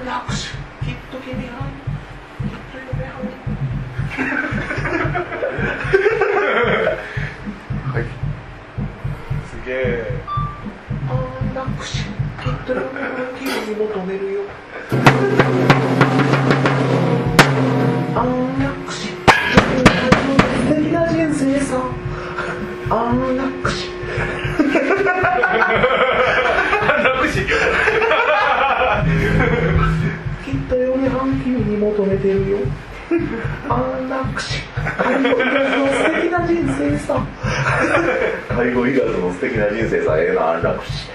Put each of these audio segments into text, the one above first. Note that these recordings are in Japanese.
楽しきっと君はきっと夢ははいすげえ安楽死きっと夢は君に求めるよ安楽死素敵な人生さ安楽死安楽死きっと嫁はん君に求めてるよ安楽死介護いらずの素敵な人生さ介護いらずの素敵な人生さええな安楽死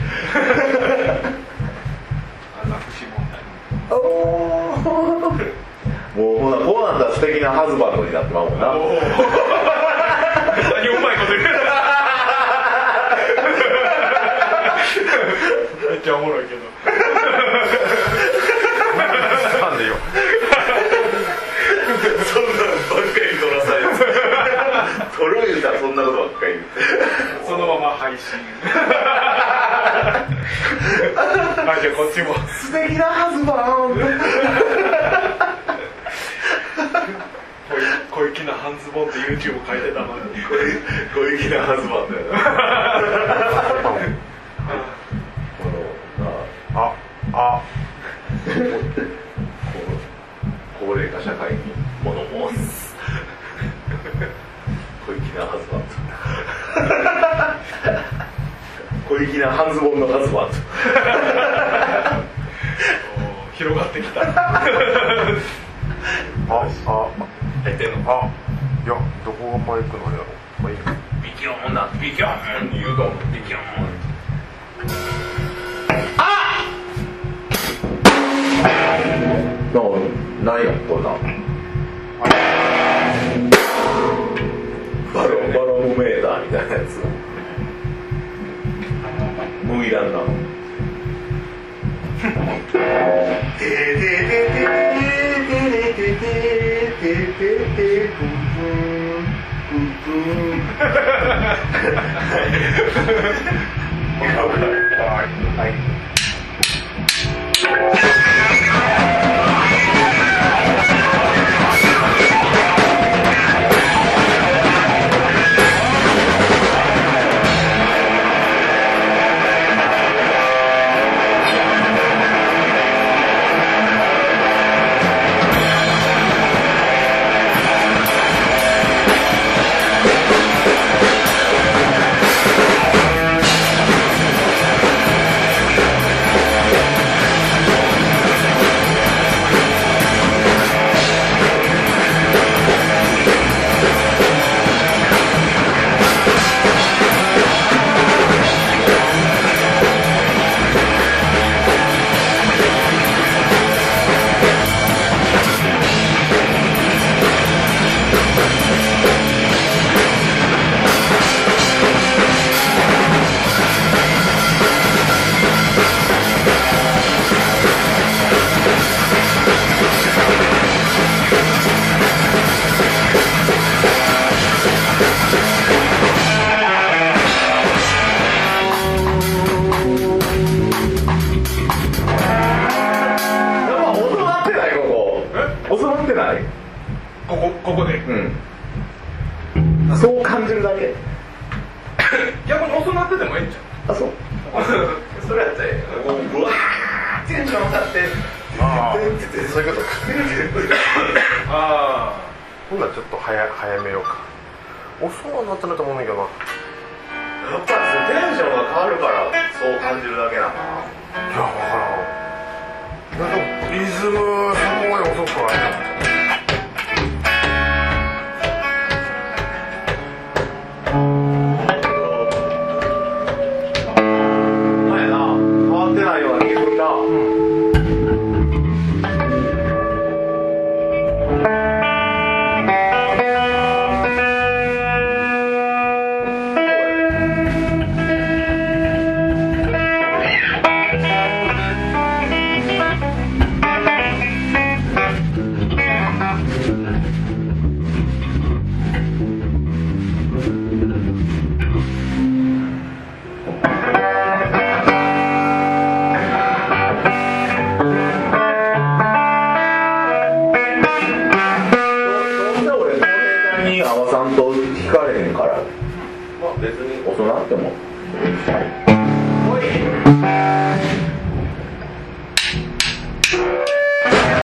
安楽死問題おーもうほなこうなんだら素敵なハズバンドになってまうもんな何うまいこと言うめっちゃおもろいけどなんでよそんなんばっかり撮らされて撮る言うたらそんなことばっかり言ってそのまま配信あ、じゃあこっちも素敵なハズバン小粋な半ズボンって YouTube 書いてたのに小粋なハズバンだよなこの高齢化社会に物申す小粋なハズバン小粋な半ズボンのハズバン広がってきた入ってんのいやどこがマイクのあれやろまあいいよビキョーンだビキョーン言うかもビキョーンなんやこんなんバロメーターみたいなやつ無いらんなここで、 そう感じるだけ逆に遅なっててもええんちゃうあそうそれやったらうわーテンション上がってそういうことかあほんならちょっと早めようか遅くなってないと思うんだけどなやっぱりテンションが変わるからそう感じるだけだな。 いや分からんなんかリズムそのままに遅くはないな 「 さんと引かれへんから、まあ別に遅なっても。 おい